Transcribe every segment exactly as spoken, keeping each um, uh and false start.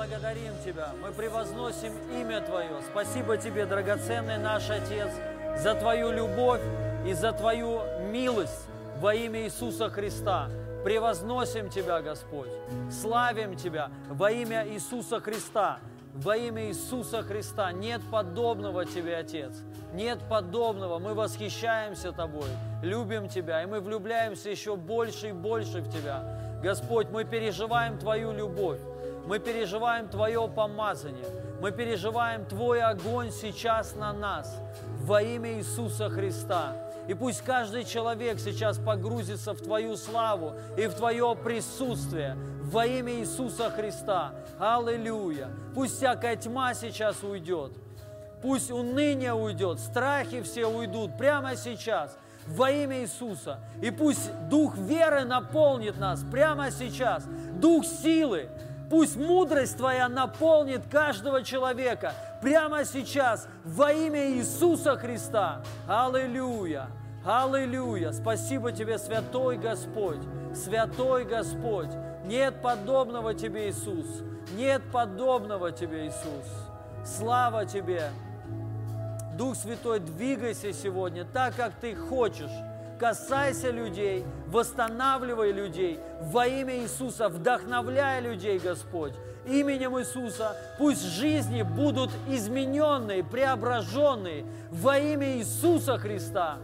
благодарим Тебя, мы превозносим имя Твое. Спасибо Тебе, драгоценный наш Отец, за Твою любовь и за Твою милость во имя Иисуса Христа. Превозносим Тебя, Господь, славим Тебя во имя Иисуса Христа. Во имя Иисуса Христа нет подобного Тебе, Отец, нет подобного. Мы восхищаемся Тобой, любим Тебя, и мы влюбляемся еще больше и больше в Тебя. Господь, мы переживаем Твою любовь, мы переживаем Твое помазание, мы переживаем Твой огонь сейчас на нас во имя Иисуса Христа. И пусть каждый человек сейчас погрузится в Твою славу и в Твое присутствие во имя Иисуса Христа. Аллилуйя! Пусть всякая тьма сейчас уйдет, пусть уныние уйдет, страхи все уйдут прямо сейчас во имя Иисуса. И пусть дух веры наполнит нас прямо сейчас, дух силы. Пусть мудрость Твоя наполнит каждого человека прямо сейчас во имя Иисуса Христа. Аллилуйя! Аллилуйя! Спасибо Тебе, Святой Господь! Святой Господь! Нет подобного Тебе, Иисус! Нет подобного Тебе, Иисус! Слава Тебе! Дух Святой, двигайся сегодня так, как Ты хочешь. Касайся людей, восстанавливай людей во имя Иисуса, вдохновляй людей, Господь. Именем Иисуса пусть жизни будут измененные, преображенные во имя Иисуса Христа.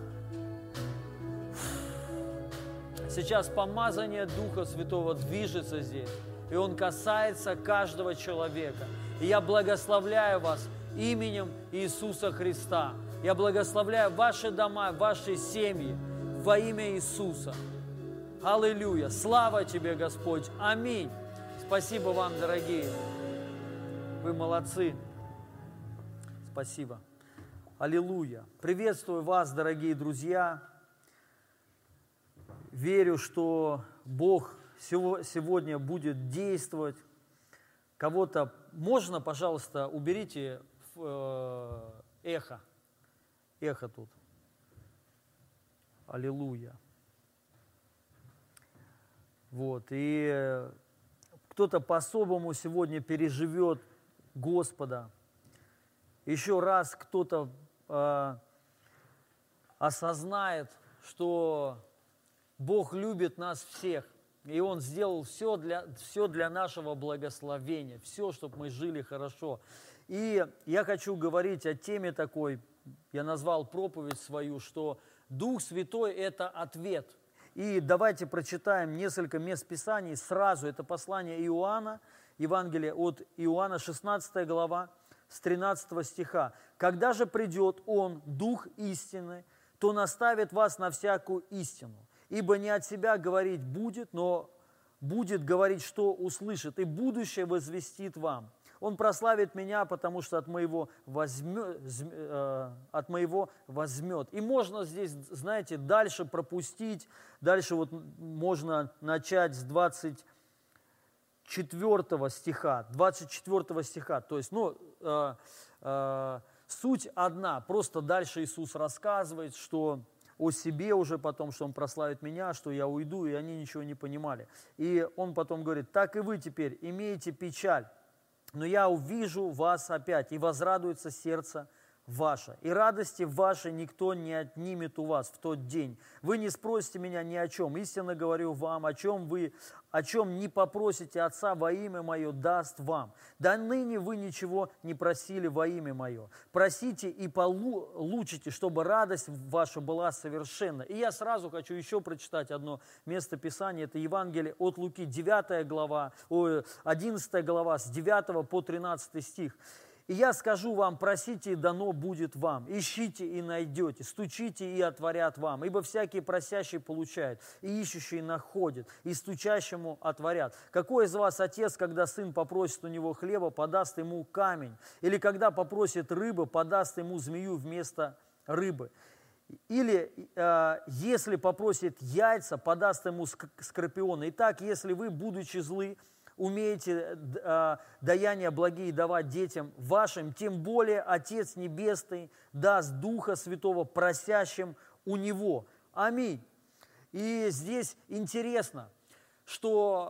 Сейчас помазание Духа Святого движется здесь, и Он касается каждого человека. И я благословляю вас именем Иисуса Христа. Я благословляю ваши дома, ваши семьи во имя Иисуса. Аллилуйя! Слава Тебе, Господь! Аминь! Спасибо вам, дорогие! Вы молодцы! Спасибо! Аллилуйя! Приветствую вас, дорогие друзья! Верю, что Бог сегодня будет действовать. Кого-то можно, пожалуйста, уберите эхо. Эхо тут. Аллилуйя. Вот. И кто-то по-особому сегодня переживет Господа. Еще раз кто-то э, осознает, что Бог любит нас всех. И Он сделал все для, все для нашего благословения, все, чтобы мы жили хорошо. И я хочу говорить о теме такой, я назвал проповедь свою, что Дух Святой – это ответ. И давайте прочитаем несколько мест Писаний сразу. Это послание Иоанна, Евангелие от Иоанна, шестнадцатая глава, с тринадцатого стиха. «Когда же придет Он, Дух истины, то наставит вас на всякую истину. Ибо не от себя говорить будет, но будет говорить, что услышит, и будущее возвестит вам. Он прославит меня, потому что от моего возьмет, э, от моего возьмет». И можно здесь, знаете, дальше пропустить, дальше вот можно начать с двадцать четвёртого стиха, двадцать четвёртого стиха, то есть, ну, э, э, суть одна, просто дальше Иисус рассказывает, что о себе уже потом, что Он прославит меня, что я уйду, и они ничего не понимали. И Он потом говорит: «Так и вы теперь имеете печаль, но я увижу вас опять, и возрадуется сердце ваше, и радости вашей никто не отнимет у вас в тот день. Вы не спросите меня ни о чем, истинно говорю вам, о чем вы, о чем не попросите Отца во имя Мое, даст вам. До ныне вы ничего не просили во имя Мое. Просите и получите, чтобы радость ваша была совершенна». И я сразу хочу еще прочитать одно место Писания, это Евангелие от Луки, девятая глава, одиннадцатая глава, с девятого по тринадцатый стих. «И я скажу вам, просите, и дано будет вам, ищите, и найдете, стучите, и отворят вам. Ибо всякий просящий получает, и ищущий находит, и стучащему отворят. Какой из вас отец, когда сын попросит у него хлеба, подаст ему камень? Или когда попросит рыбы, подаст ему змею вместо рыбы? Или э, если попросит яйца, подаст ему скорпиона? Итак, если вы, будучи злы, умеете э, даяния благие давать детям вашим, тем более Отец Небесный даст Духа Святого просящим у Него». Аминь. И здесь интересно, что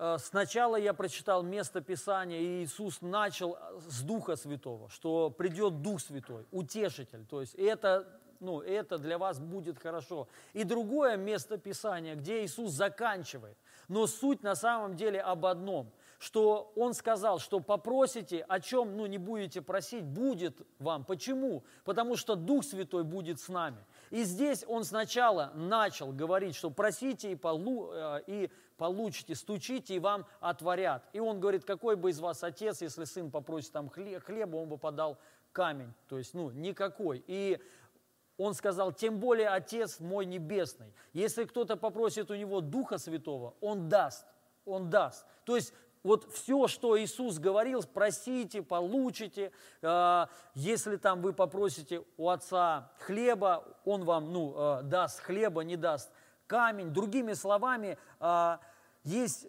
сначала я прочитал место Писания, и Иисус начал с Духа Святого, что придет Дух Святой, Утешитель. То есть это, ну, это для вас будет хорошо. И другое место Писания, где Иисус заканчивает. Но суть на самом деле об одном, что Он сказал, что попросите, о чем ну, не будете просить, будет вам. Почему? Потому что Дух Святой будет с нами. И здесь Он сначала начал говорить, что просите и, полу, и получите, стучите, и вам отворят. И Он говорит, какой бы из вас отец, если сын попросит там хлеба, он бы подал камень. То есть, ну, никакой. И Он сказал, тем более Отец мой Небесный. Если кто-то попросит у Него Духа Святого, Он даст. Он даст. То есть, вот все, что Иисус говорил, просите, получите. Если там вы попросите у Отца хлеба, Он вам ну, даст хлеба, не даст камень. Другими словами, есть,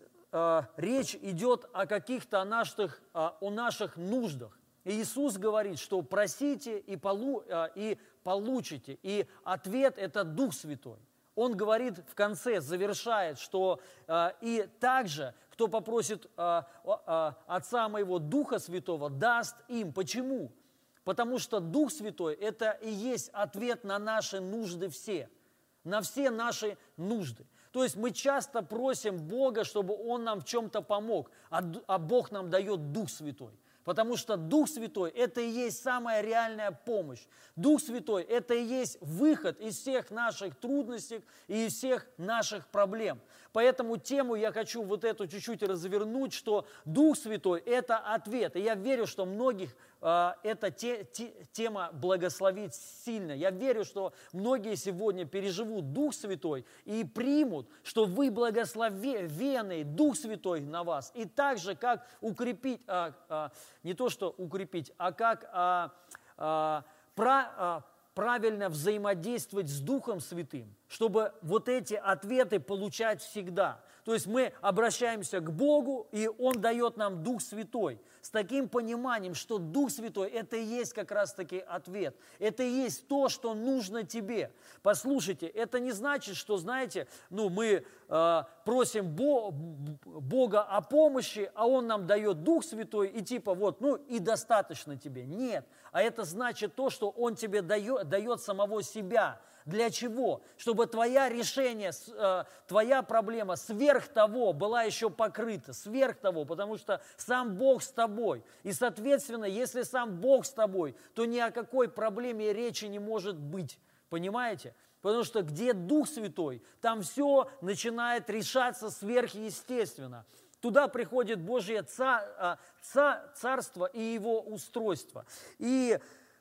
речь идет о каких-то наших, о наших нуждах. И Иисус говорит, что просите и, полу, и получите. И ответ – это Дух Святой. Он говорит в конце, завершает, что э, и также, кто попросит э, э, Отца Моего Духа Святого, даст им. Почему? Потому что Дух Святой – это и есть ответ на наши нужды все, на все наши нужды. То есть мы часто просим Бога, чтобы Он нам в чем-то помог, а, а Бог нам дает Дух Святой. Потому что Дух Святой – это и есть самая реальная помощь. Дух Святой – это и есть выход из всех наших трудностей и из всех наших проблем. Поэтому тему я хочу вот эту чуть-чуть развернуть, что Дух Святой – это ответ. И я верю, что многих э, эта те, те, тема благословит сильно. Я верю, что многие сегодня переживут Дух Святой и примут, что вы благословенный, Дух Святой на вас. И так же, как укрепить, э, э, не то что укрепить, а как э, э, про, э, правильно взаимодействовать с Духом Святым, чтобы вот эти ответы получать всегда. То есть мы обращаемся к Богу, и Он дает нам Дух Святой с таким пониманием, что Дух Святой – это и есть как раз-таки ответ. Это и есть то, что нужно тебе. Послушайте, это не значит, что, знаете, ну, мы э, просим Бо, Бога о помощи, а Он нам дает Дух Святой, и типа вот, ну и достаточно тебе. Нет, а это значит то, что Он тебе дает, дает самого себя. Для чего? Чтобы твоя решение, твоя проблема сверх того была еще покрыта, сверх того, потому что сам Бог с тобой. И, соответственно, если сам Бог с тобой, то ни о какой проблеме речи не может быть. Понимаете? Потому что где Дух Святой, там все начинает решаться сверхъестественно. Туда приходит Божье ца, ца, царство и его устройство. И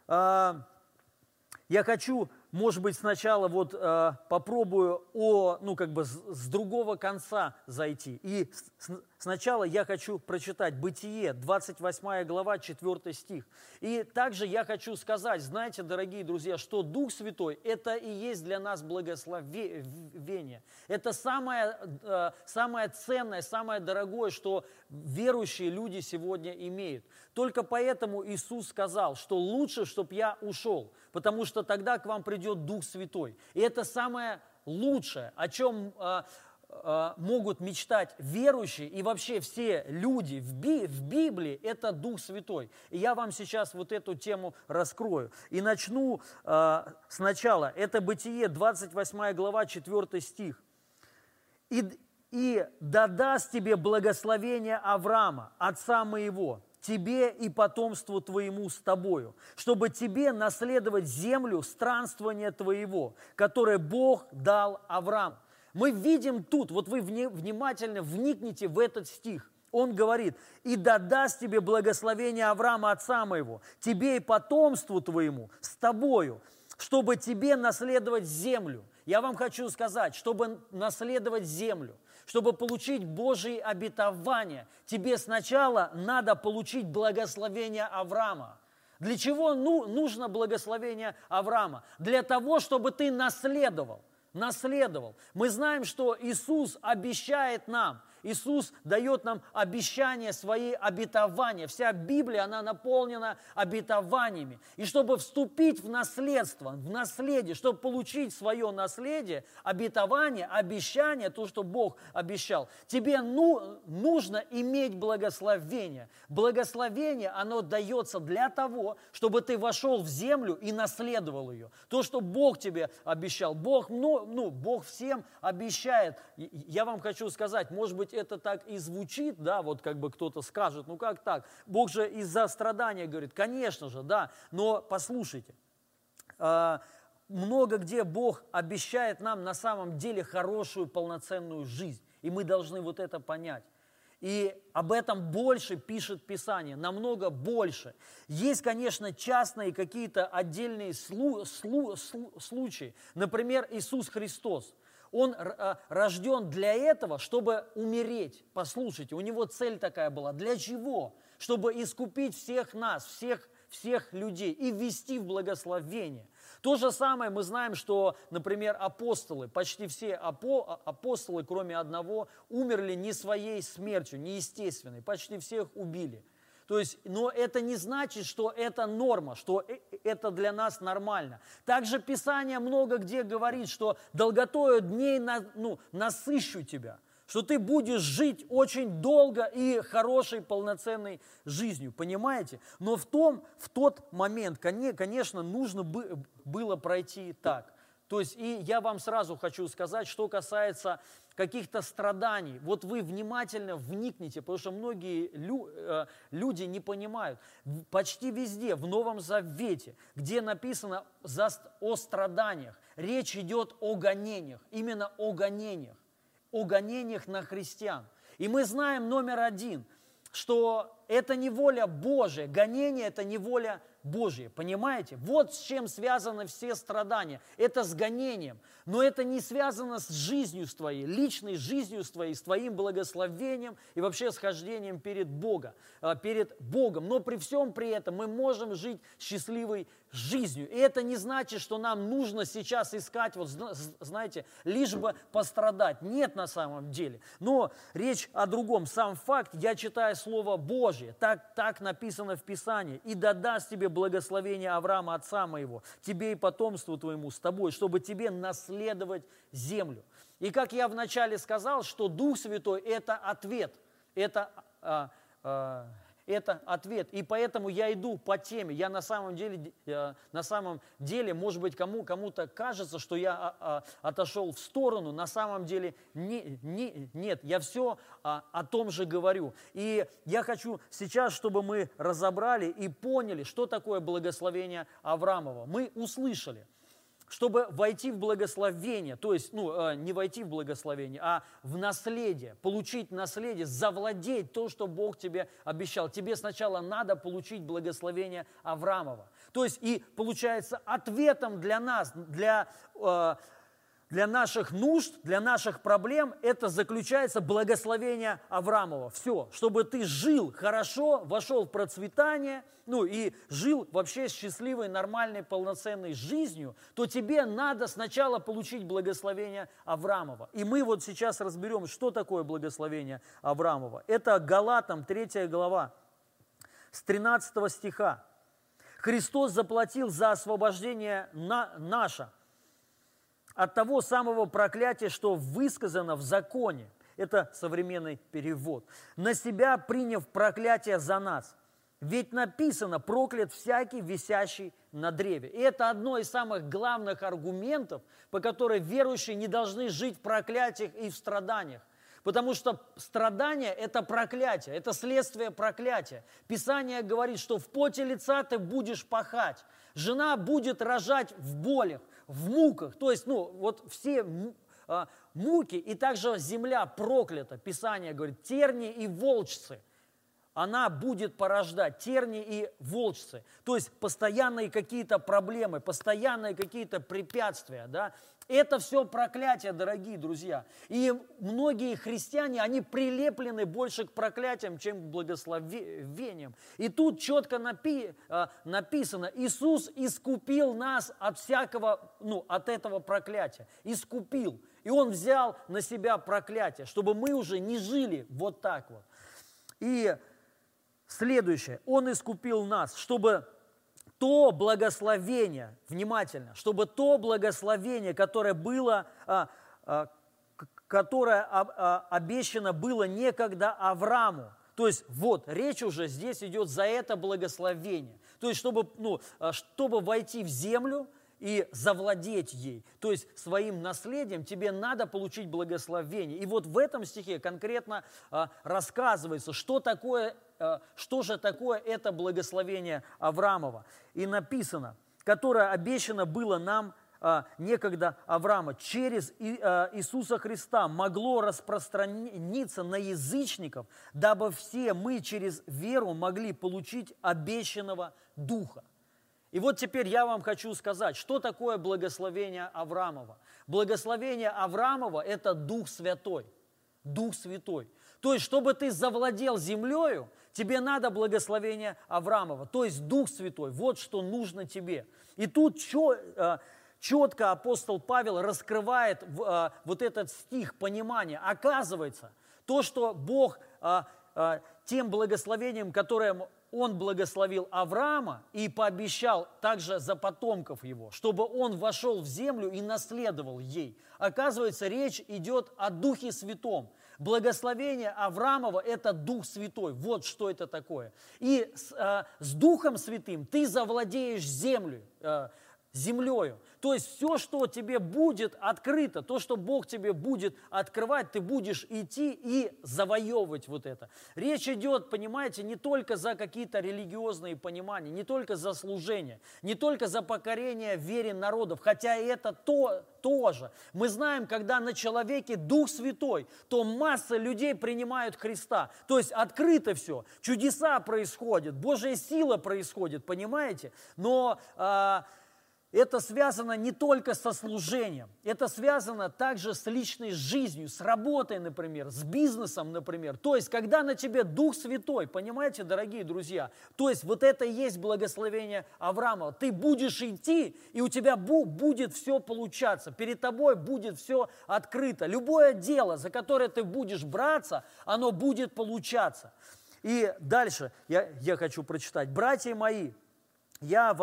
э, я хочу... Может быть, сначала вот э, попробую о, ну, как бы с, с другого конца зайти. И с, сначала я хочу прочитать Бытие, двадцать восьмая глава, четвёртый стих. И также я хочу сказать, знаете, дорогие друзья, что Дух Святой – это и есть для нас благословение. Это самое, э, самое ценное, самое дорогое, что верующие люди сегодня имеют. Только поэтому Иисус сказал, что лучше, чтобы я ушел, потому что тогда к вам придет Дух Святой. И это самое лучшее, о чем э, э, могут мечтать верующие и вообще все люди в, Би, в Библии, это Дух Святой. И я вам сейчас вот эту тему раскрою. И начну э, сначала. Это Бытие, двадцать восьмая глава, четвёртый стих. «И, и да даст тебе благословение Авраама, отца моего, тебе и потомству твоему с тобою, чтобы тебе наследовать землю странствования твоего, которое Бог дал Аврааму». Мы видим тут, вот вы внимательно вникните в этот стих. Он говорит, «И да даст тебе благословение Авраама, отца моего, тебе и потомству твоему с тобою, чтобы тебе наследовать землю». Я вам хочу сказать, чтобы наследовать землю, чтобы получить Божьи обетования, тебе сначала надо получить благословение Авраама. Для чего ну, нужно благословение Авраама? Для того, чтобы ты наследовал. Наследовал. Мы знаем, что Иисус обещает нам, Иисус дает нам обещания, свои обетования. Вся Библия, она наполнена обетованиями. И чтобы вступить в наследство, в наследие, чтобы получить свое наследие, обетование, обещание, то, что Бог обещал, тебе ну, нужно иметь благословение. Благословение, оно дается для того, чтобы ты вошел в землю и наследовал ее. То, что Бог тебе обещал. Бог, ну, ну, Бог всем обещает. Я вам хочу сказать, может быть, это так и звучит, да, вот как бы кто-то скажет, ну как так? Бог же из-за страдания говорит, конечно же, да, но послушайте, много где Бог обещает нам на самом деле хорошую, полноценную жизнь, и мы должны вот это понять. И об этом больше пишет Писание, намного больше. Есть, конечно, частные какие-то отдельные слу, слу, слу, случаи. Например, Иисус Христос. Он рожден для этого, чтобы умереть. Послушайте, у него цель такая была. Для чего? Чтобы искупить всех нас, всех, всех людей и ввести в благословение. То же самое мы знаем, что, например, апостолы, почти все апо, апостолы, кроме одного, умерли не своей смертью, неестественной. Почти всех убили. То есть, но это не значит, что это норма, что это для нас нормально. Также Писание много где говорит, что долготою дней на, ну, насыщу тебя, что ты будешь жить очень долго и хорошей, полноценной жизнью, понимаете? Но в, том, в тот момент, конечно, нужно было пройти так. То есть, и я вам сразу хочу сказать, что касается каких-то страданий. Вот вы внимательно вникните, потому что многие лю, э, люди не понимают. Почти везде, в Новом Завете, где написано за, о страданиях, речь идет о гонениях, именно о гонениях, о гонениях на христиан. И мы знаем номер один, что это не воля Божия, гонение – это не воля Божья, понимаете? Вот с чем связаны все страдания. Это с гонением. Но это не связано с жизнью с твоей, личной жизнью с твоей, с твоим благословением и вообще схождением перед Богом, перед Богом. Но при всем при этом мы можем жить счастливой жизнью. И это не значит, что нам нужно сейчас искать, вот знаете, лишь бы пострадать. Нет на самом деле. Но речь о другом. Сам факт, я читаю Слово Божье, так, так написано в Писании. «И дадаст тебе благословение Авраама, отца моего, тебе и потомству твоему с тобой, чтобы тебе наследовать землю». И как я вначале сказал, что Дух Святой – это ответ, это, а, а, это ответ. И поэтому я иду по теме. Я на самом деле, на самом деле может быть, кому, кому-то кажется, что я а, а, отошел в сторону. На самом деле не, не, нет, я все а, о том же говорю. И я хочу сейчас, чтобы мы разобрали и поняли, что такое благословение Авраамова. Мы услышали. Чтобы войти в благословение, то есть, ну, не войти в благословение, а в наследие, получить наследие, завладеть то, что Бог тебе обещал. Тебе сначала надо получить благословение Авраамова. То есть, и получается, ответом для нас, для, э, для наших нужд, для наших проблем, это заключается благословение Авраамова. Все, чтобы ты жил хорошо, вошел в процветание, ну и жил вообще счастливой, нормальной, полноценной жизнью, то тебе надо сначала получить благословение Авраамова. И мы вот сейчас разберем, что такое благословение Авраамова. Это Галатам, третья глава, с тринадцатого стиха. «Христос заплатил за освобождение на, наше от того самого проклятия, что высказано в законе». Это современный перевод. «На себя приняв проклятие за нас. Ведь написано, проклят всякий, висящий на древе». И это одно из самых главных аргументов, по которым верующие не должны жить в проклятиях и в страданиях. Потому что страдание – это проклятие, это следствие проклятия. Писание говорит, что в поте лица ты будешь пахать. Жена будет рожать в болях, в муках. То есть, ну, вот все муки, и также земля проклята. Писание говорит, терни и волчцы. Она будет порождать терни и волчцы. То есть постоянные какие-то проблемы, постоянные какие-то препятствия. Да? Это все проклятие, дорогие друзья. И многие христиане, они прилеплены больше к проклятиям, чем к благословениям. И тут четко напи, написано, Иисус искупил нас от всякого, ну, от этого проклятия. Искупил. И Он взял на себя проклятие, чтобы мы уже не жили вот так вот. И следующее, Он искупил нас, чтобы то благословение, внимательно, чтобы то благословение, которое было, а, а, которое а, а, обещано было некогда Аврааму, то есть вот речь уже здесь идет за это благословение, то есть чтобы, ну, чтобы войти в землю и завладеть ей, то есть своим наследием тебе надо получить благословение. И вот в этом стихе конкретно а, рассказывается, что такое, а, что же такое это благословение Авраамова. И написано, которое обещано было нам а, некогда Авраама, через И, а, Иисуса Христа могло распространиться на язычников, дабы все мы через веру могли получить обещанного Духа. И вот теперь я вам хочу сказать, что такое благословение Авраамова. Благословение Авраамова – это Дух Святой. Дух Святой. То есть, чтобы ты завладел землею, тебе надо благословение Авраамова, то есть Дух Святой. Вот что нужно тебе. И тут четко апостол Павел раскрывает вот этот стих, понимание. Оказывается, то, что Бог тем благословением, которое Он благословил Авраама и пообещал также за потомков его, чтобы он вошел в землю и наследовал ей. Оказывается, речь идет о Духе Святом. Благословение Авраамова – это Дух Святой. Вот что это такое. И с, э, с Духом Святым ты завладеешь землей, э, землею. То есть все, что тебе будет открыто, то, что Бог тебе будет открывать, ты будешь идти и завоевывать вот это. Речь идет, понимаете, не только за какие-то религиозные понимания, не только за служение, не только за покорение вере народов, хотя это то, тоже. Мы знаем, когда на человеке Дух Святой, то масса людей принимают Христа. То есть открыто все, чудеса происходят, Божья сила происходит, понимаете? Но а, это связано не только со служением, это связано также с личной жизнью, с работой, например, с бизнесом, например. То есть, когда на тебе Дух Святой, понимаете, дорогие друзья, то есть вот это и есть благословение Авраамова. Ты будешь идти, и у тебя будет все получаться, перед тобой будет все открыто. Любое дело, за которое ты будешь браться, оно будет получаться. И дальше я, я хочу прочитать. «Братья мои, я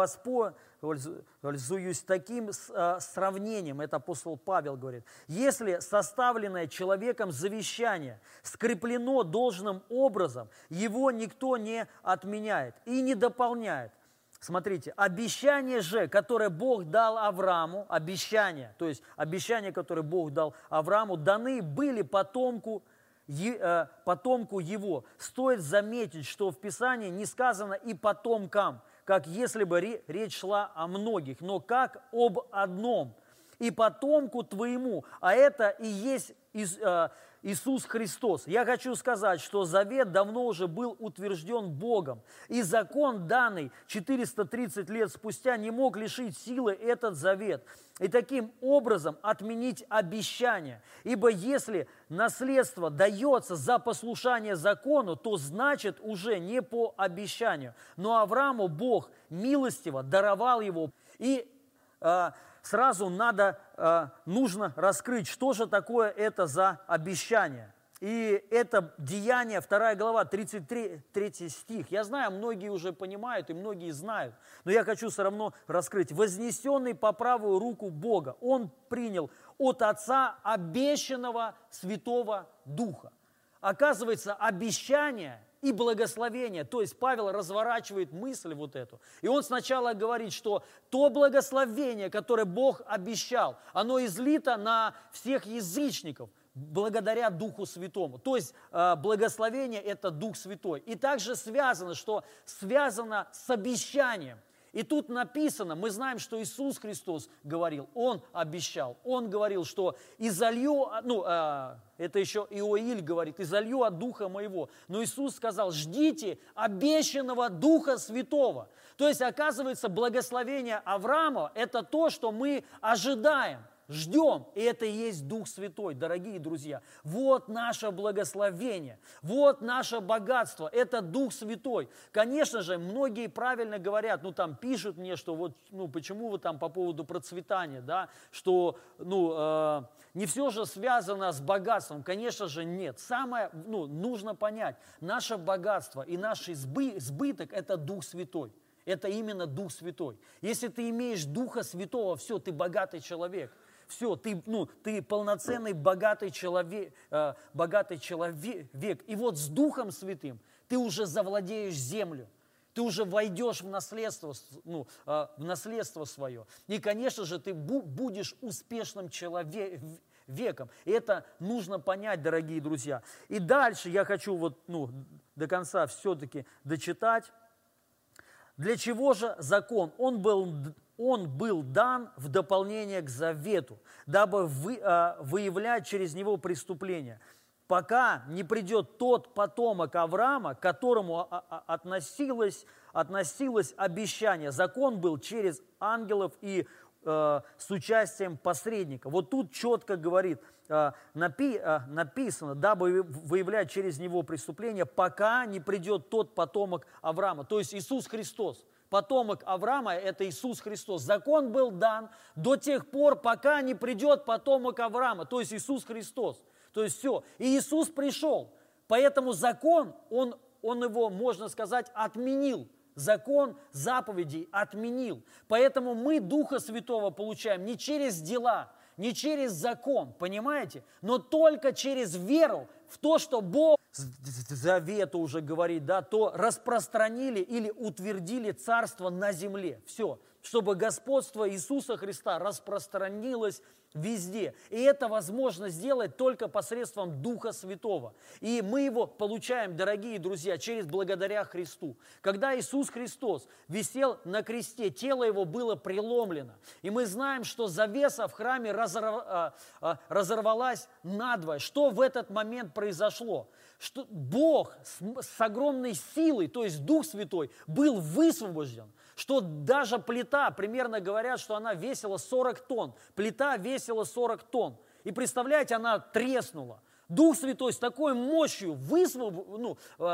воспользуюсь таким сравнением», это апостол Павел говорит, «если составленное человеком завещание скреплено должным образом, его никто не отменяет и не дополняет». Смотрите, обещание же, которое Бог дал Аврааму, обещание, то есть обещание, которое Бог дал Аврааму, даны были потомку, потомку его. Стоит заметить, что в Писании не сказано «и потомкам», как если бы речь шла о многих, но как об одном, и потомку твоему, а это и есть Иисус Христос. Я хочу сказать, что завет давно уже был утвержден Богом, и закон, данный четыреста тридцать лет спустя, не мог лишить силы этот завет, и таким образом отменить обещание. Ибо если наследство дается за послушание закону, то значит уже не по обещанию. Но Аврааму Бог милостиво даровал его. И э, сразу надо, э, нужно раскрыть, что же такое это за обещание. И это Деяния, вторая глава, тридцать третий стих. Я знаю, многие уже понимают и многие знают, но я хочу все равно раскрыть. «Вознесенный по правую руку Бога, Он принял от Отца обещанного Святого Духа». Оказывается, обещание и благословение, то есть Павел разворачивает мысль вот эту. И он сначала говорит, что то благословение, которое Бог обещал, оно излито на всех язычников, благодаря Духу Святому. То есть э, благословение – это Дух Святой. И также связано, что связано с обещанием. И тут написано, мы знаем, что Иисус Христос говорил, Он обещал, Он говорил, что «изолью», ну, э, это еще Иоиль говорит, «изолью от Духа Моего». Но Иисус сказал, ждите обещанного Духа Святого. То есть, оказывается, благословение Авраама – это то, что мы ожидаем. ждем, и это и есть Дух Святой, дорогие друзья. Вот наше благословение, вот наше богатство, это Дух Святой. Конечно же, многие правильно говорят, ну там пишут мне, что вот, ну почему вы там по поводу процветания, да, что, ну, э, не все же связано с богатством. Конечно же, нет. Самое, ну, нужно понять, наше богатство и наш избы, избыток – это Дух Святой. Это именно Дух Святой. Если ты имеешь Духа Святого, все, ты богатый человек. Все, ты, ну, ты полноценный богатый человек, э, богатый человек. И вот с Духом Святым ты уже завладеешь землю. Ты уже войдешь в наследство, ну, э, в наследство свое. И, конечно же, ты бу- будешь успешным человеком. И это нужно понять, дорогие друзья. И дальше я хочу вот, ну, до конца все-таки дочитать. Для чего же закон? Он был, он был дан в дополнение к завету, дабы вы, э, выявлять через него преступления, пока не придет тот потомок Авраама, к которому относилось, относилось обещание. Закон был через ангелов и э, с участием посредника. Вот тут четко говорит, э, напи, э, написано, дабы выявлять через него преступления, пока не придет тот потомок Авраама. То есть Иисус Христос. Потомок Авраама – это Иисус Христос. Закон был дан до тех пор, пока не придет потомок Авраама, то есть Иисус Христос. То есть все. И Иисус пришел. Поэтому закон, он, он его, можно сказать, отменил. Закон заповедей отменил. Поэтому мы Духа Святого получаем не через дела, не через закон, понимаете? Но только через веру в то, что Бог, завета уже говорит, да, то распространили или утвердили царство на земле. Все. Чтобы господство Иисуса Христа распространилось везде. И это возможно сделать только посредством Духа Святого. И мы его получаем, дорогие друзья, через благодаря Христу. Когда Иисус Христос висел на кресте, тело его было преломлено. И мы знаем, что завеса в храме разорв... разорвалась надвое. Что в этот момент произошло? Что Бог с огромной силой, то есть Дух Святой, был высвобожден. Что даже плита, примерно говорят, что она весила сорок тонн. Плита весила сорок тонн. И представляете, она треснула. Дух Святой с такой мощью высвоб... ну,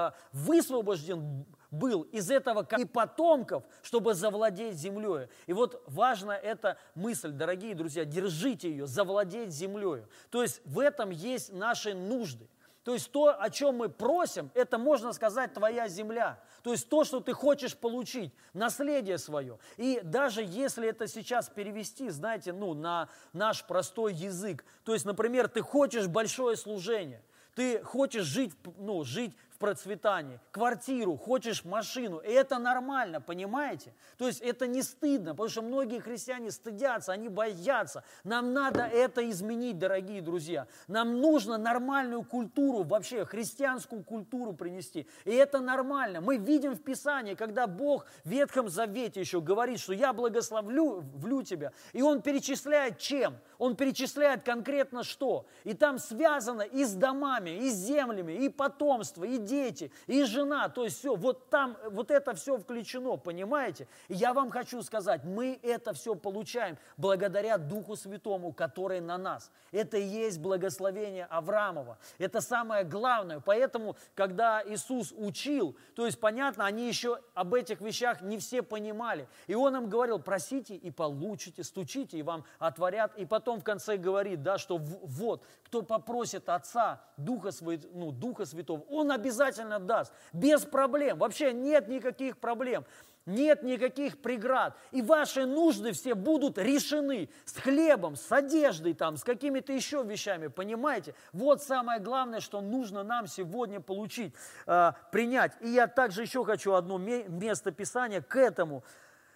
высвобожден был из этого и потомков, чтобы завладеть землей. И вот важна эта мысль, дорогие друзья, держите ее, завладеть землей. То есть в этом есть наши нужды. То есть то, о чем мы просим, это, можно сказать, твоя земля. То есть то, что ты хочешь получить, наследие свое. И даже если это сейчас перевести, знаете, ну, на наш простой язык, то есть, например, ты хочешь большое служение, ты хочешь жить, ну, жить в процветании, квартиру, хочешь машину, и это нормально, понимаете? То есть это не стыдно, потому что многие христиане стыдятся, они боятся. Нам надо это изменить, дорогие друзья. Нам нужно нормальную культуру, вообще христианскую культуру принести. И это нормально. Мы видим в Писании, когда Бог в Ветхом Завете еще говорит, что я благословлю влю тебя, и Он перечисляет чем? Он перечисляет конкретно что? И там связано и с домами, и с землями, и потомство, и дети, и жена, то есть все, вот там, вот это все включено, понимаете? И я вам хочу сказать, мы это все получаем благодаря Духу Святому, который на нас. Это и есть благословение Авраамова. Это самое главное. Поэтому, когда Иисус учил, то есть, понятно, они еще об этих вещах не все понимали. И Он им говорил, просите и получите, стучите, и вам отворят. И потом в конце говорит, да, что вот, кто попросит Отца, Духа, Святого, ну, Духа Святого, Он обязательно обязательно даст, без проблем, вообще нет никаких проблем, нет никаких преград, и ваши нужды все будут решены с хлебом, с одеждой, там, с какими-то еще вещами, понимаете? Вот самое главное, что нужно нам сегодня получить, э, принять. И я также еще хочу одно место Писания к этому,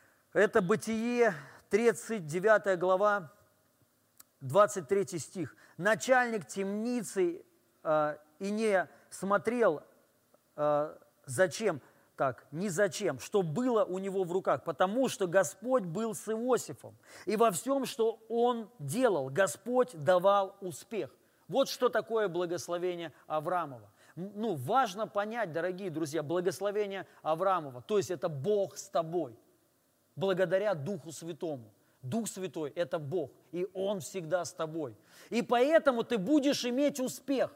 это Бытие, тридцать девятая глава, двадцать третий стих. «Начальник темницы э, и не смотрел, э, зачем, так, не зачем, что было у него в руках, потому что Господь был с Иосифом, и во всем, что он делал, Господь давал успех». Вот что такое благословение Авраамова. Ну, важно понять, дорогие друзья, благословение Авраамова, то есть это Бог с тобой, благодаря Духу Святому. Дух Святой – это Бог, и Он всегда с тобой. И поэтому ты будешь иметь успех.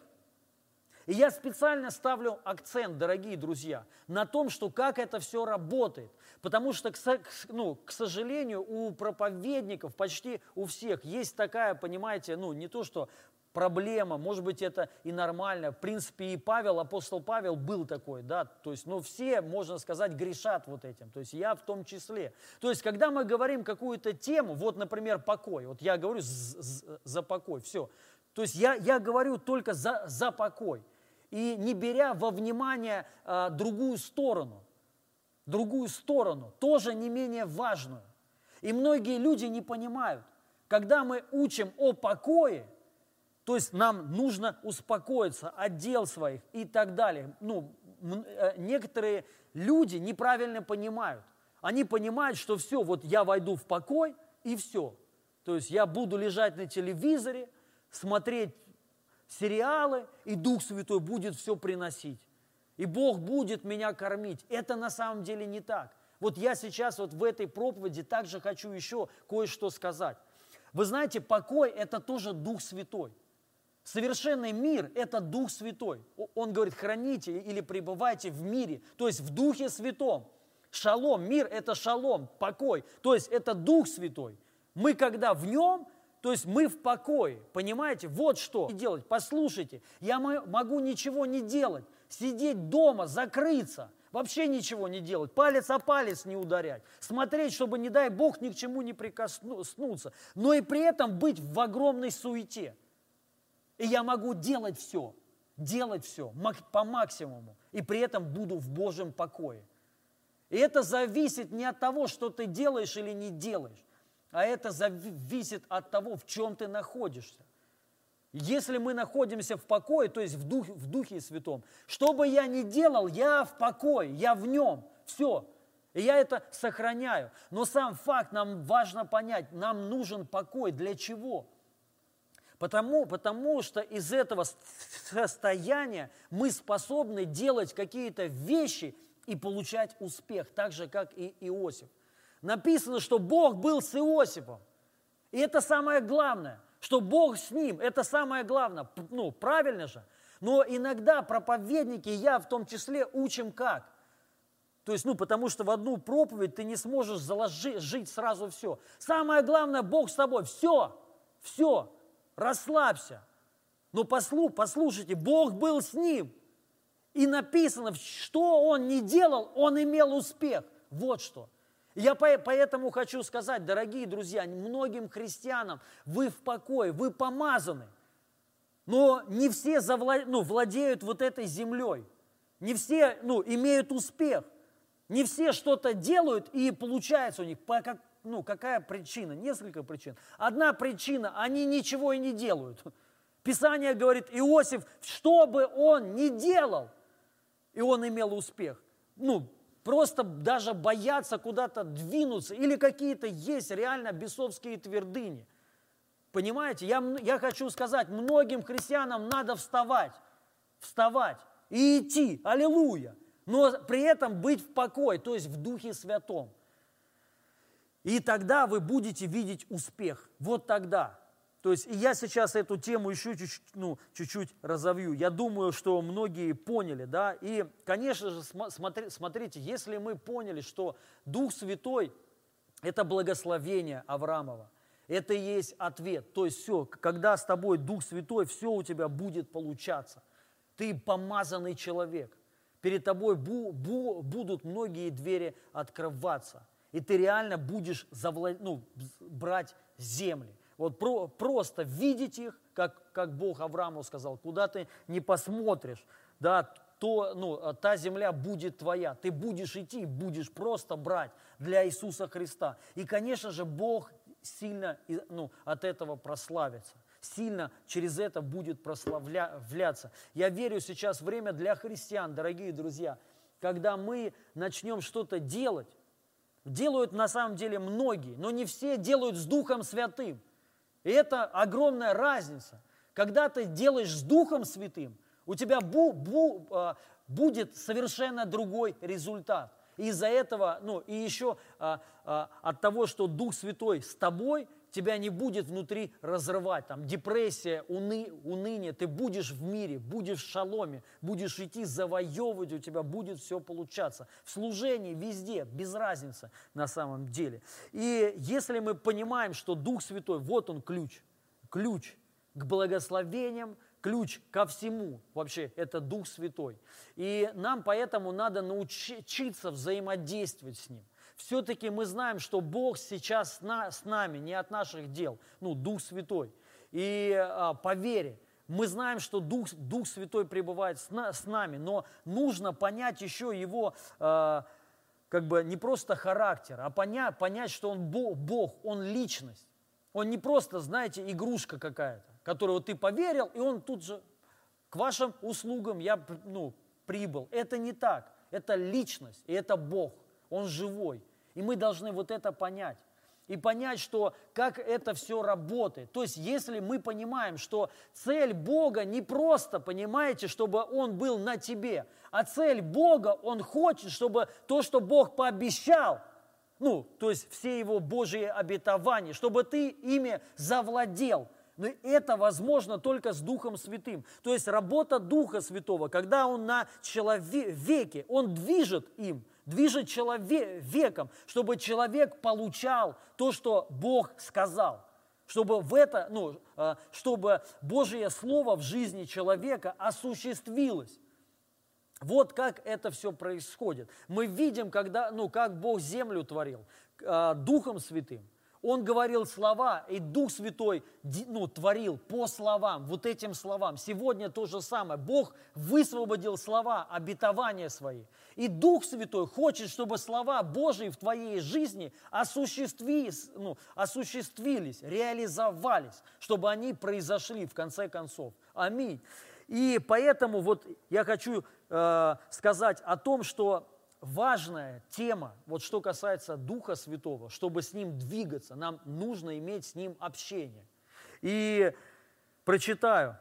И я специально ставлю акцент, дорогие друзья, на том, что как это все работает. Потому что, ну, к сожалению, у проповедников, почти у всех, есть такая, понимаете, ну, не то что проблема, может быть, это и нормально. В принципе, и Павел, апостол Павел был такой, да, то есть, ну, все, можно сказать, грешат вот этим, то есть я в том числе. То есть, когда мы говорим какую-то тему, вот, например, покой, вот я говорю за покой, все. То есть я, я говорю только за, за покой. И не беря во внимание а, другую сторону, другую сторону, тоже не менее важную. И многие люди не понимают, когда мы учим о покое, то есть нам нужно успокоиться от дел своих и так далее. Ну, некоторые люди неправильно понимают. Они понимают, что все, вот я войду в покой и все. То есть я буду лежать на телевизоре, смотреть сериалы, и Дух Святой будет все приносить. И Бог будет меня кормить. Это на самом деле не так. Вот я сейчас вот в этой проповеди также хочу еще кое-что сказать. Вы знаете, покой – это тоже Дух Святой. Совершенный мир – это Дух Святой. Он говорит, храните или пребывайте в мире, то есть в Духе Святом. Шалом, мир – это шалом, покой, то есть это Дух Святой. Мы когда в нем, то есть мы в покое, понимаете? Вот что делать. Послушайте, я могу ничего не делать, сидеть дома, закрыться, вообще ничего не делать, палец о палец не ударять, смотреть, чтобы, не дай Бог, ни к чему не прикоснуться, но и при этом быть в огромной суете. И я могу делать все, делать все по максимуму, и при этом буду в Божьем покое. И это зависит не от того, что ты делаешь или не делаешь, а это зависит от того, в чем ты находишься. Если мы находимся в покое, то есть в Духе, в Духе Святом, что бы я ни делал, я в покое, я в нем, все. И я это сохраняю. Но сам факт, нам важно понять, нам нужен покой. Для чего? Потому, потому что из этого состояния мы способны делать какие-то вещи и получать успех, так же, как и Иосиф. Написано, что Бог был с Иосифом. И это самое главное, что Бог с ним. Это самое главное. Ну, правильно же? Но иногда проповедники, я в том числе, учим как? То есть, ну, потому что в одну проповедь ты не сможешь заложить, жить сразу все. Самое главное, Бог с тобой. Все, все. Расслабься. Но послу, послушайте, Бог был с ним. И написано, что он не делал, он имел успех. Вот что. Я поэтому хочу сказать, дорогие друзья, многим христианам, вы в покое, вы помазаны. Но не все завла... ну, владеют вот этой землей. Не все ну, имеют успех. Не все что-то делают и получается у них. По как... Ну, какая причина? Несколько причин. Одна причина, они ничего и не делают. Писание говорит, Иосиф, что бы он ни делал, и он имел успех. Ну, просто даже бояться куда-то двинуться, или какие-то есть реально бесовские твердыни. Понимаете? Я, я хочу сказать, многим христианам надо вставать, вставать и идти, аллилуйя, но при этом быть в покое, то есть в Духе Святом. И тогда вы будете видеть успех. Вот тогда. То есть и я сейчас эту тему еще чуть-чуть, ну, чуть-чуть разовью. Я думаю, что многие поняли, да. И, конечно же, смотри, смотрите, если мы поняли, что Дух Святой – это благословение Авраамова, это и есть ответ. То есть все, когда с тобой Дух Святой, все у тебя будет получаться. Ты помазанный человек. Перед тобой бу, бу, будут многие двери открываться. И ты реально будешь завла... ну, брать земли. Вот про... просто видеть их, как, как Бог Аврааму сказал, куда ты не посмотришь, да, то, ну, та земля будет твоя. Ты будешь идти, будешь просто брать для Иисуса Христа. И, конечно же, Бог сильно ну, от этого прославится. Сильно через это будет прославляться. Я верю, сейчас время для христиан, дорогие друзья, когда мы начнем что-то делать. Делают на самом деле многие, но не все делают с Духом Святым. И это огромная разница. Когда ты делаешь с Духом Святым, у тебя бу, бу, а, будет совершенно другой результат. И из-за этого, ну, и еще а, а, от того, что Дух Святой с тобой, тебя не будет внутри разрывать, там, депрессия, уны, уныние, ты будешь в мире, будешь в шаломе, будешь идти завоевывать, у тебя будет все получаться. В служении, везде, без разницы на самом деле. И если мы понимаем, что Дух Святой, вот он ключ, ключ к благословениям, ключ ко всему, вообще, это Дух Святой. И нам поэтому надо научиться взаимодействовать с Ним. Все-таки мы знаем, что Бог сейчас с, на, с нами, не от наших дел, ну, Дух Святой. И а, по вере мы знаем, что Дух, Дух Святой пребывает с, на, с нами, но нужно понять еще Его, а, как бы, не просто характер, а понять, понять, что Он Бог, Бог, Он личность. Он не просто, знаете, игрушка какая-то, которую ты поверил, и Он тут же к вашим услугам я, ну, прибыл. Это не так, это личность, и это Бог. Он живой. И мы должны вот это понять. И понять, что как это все работает. То есть, если мы понимаем, что цель Бога не просто, понимаете, чтобы Он был на тебе, а цель Бога, Он хочет, чтобы то, что Бог пообещал, ну, то есть все Его Божьи обетования, чтобы ты ими завладел. Но это возможно только с Духом Святым. То есть работа Духа Святого, когда Он на человеке, Он движет им, движет человеком, чтобы человек получал то, что Бог сказал. Чтобы, в это, ну, чтобы Божье Слово в жизни человека осуществилось. Вот как это все происходит. Мы видим, когда, ну, как Бог землю творил Духом Святым. Он говорил слова, и Дух Святой, ну, творил по словам, вот этим словам. Сегодня то же самое. Бог высвободил слова, обетования свои. И Дух Святой хочет, чтобы слова Божьи в твоей жизни осуществились, ну, осуществились, реализовались, чтобы они произошли в конце концов. Аминь. И поэтому вот я хочу э, сказать о том, что важная тема, вот что касается Духа Святого, чтобы с Ним двигаться, нам нужно иметь с Ним общение. И прочитаю